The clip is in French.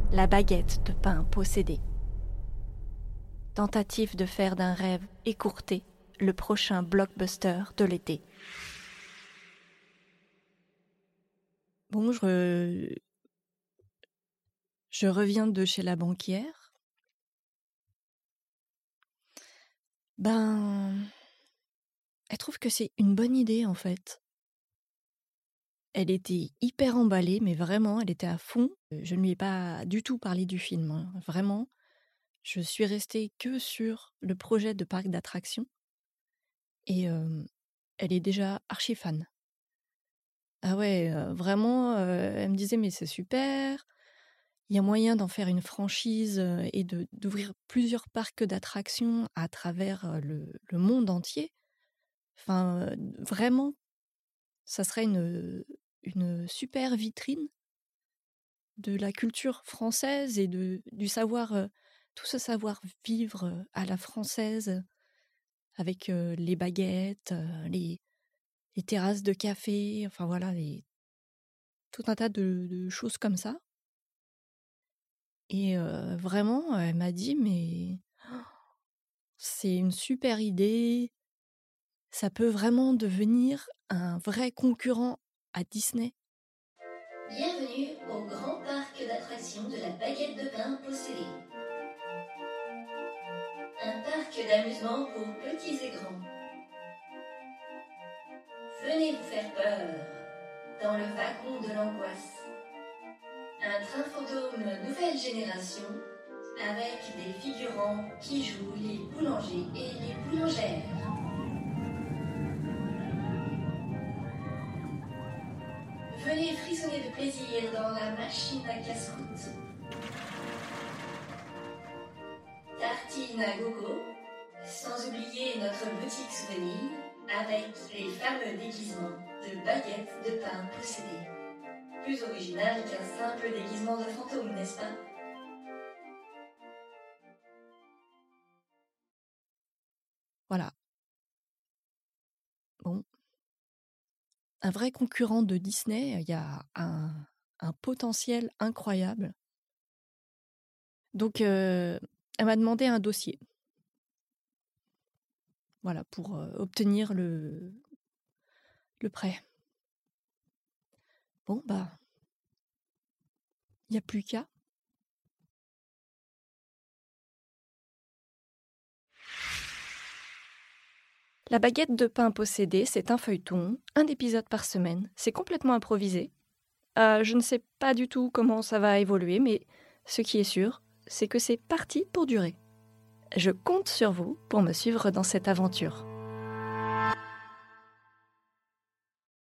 La baguette de pain possédée. Tentative de faire d'un rêve écourté le prochain blockbuster de l'été. Bon, je reviens de chez la banquière. Elle trouve que c'est une bonne idée en fait. Elle était hyper emballée, mais vraiment, elle était à fond. Je ne lui ai pas du tout parlé du film, hein. Vraiment. Je suis restée que sur le projet de parc d'attractions et elle est déjà archi fan. Ah ouais, vraiment, elle me disait: «Mais c'est super, il y a moyen d'en faire une franchise, et d'ouvrir plusieurs parcs d'attractions à travers, le monde entier. Enfin, vraiment, ça serait une super vitrine de la culture française et du savoir, tout ce savoir-vivre, à la française avec, les baguettes, les terrasses de café, enfin voilà, tout un tas de choses comme ça et vraiment, elle m'a dit: «Mais c'est une super idée, ça peut vraiment devenir un vrai concurrent à Disney». Bienvenue au grand parc d'attractions de la baguette de pain possédée. Un parc d'amusement pour petits et grands. Venez vous faire peur dans le wagon de l'angoisse. Un train fantôme nouvelle génération avec des figurants qui jouent les boulangers et les boulangères. Venez frissonner de plaisir dans la machine à casse-croûte. Tartine à gogo, sans oublier notre boutique souvenir avec les fameux déguisements de baguettes de pain possédées. Plus original qu'un simple déguisement de fantôme, n'est-ce pas? Voilà. Bon, un vrai concurrent de Disney, il y a un potentiel incroyable. Donc elle m'a demandé un dossier. Voilà, pour, obtenir le prêt. Bon, il y a plus qu'à. La baguette de pain possédée, c'est un feuilleton, un épisode par semaine. C'est complètement improvisé. Je ne sais pas du tout comment ça va évoluer, mais ce qui est sûr, c'est que c'est parti pour durer. Je compte sur vous pour me suivre dans cette aventure.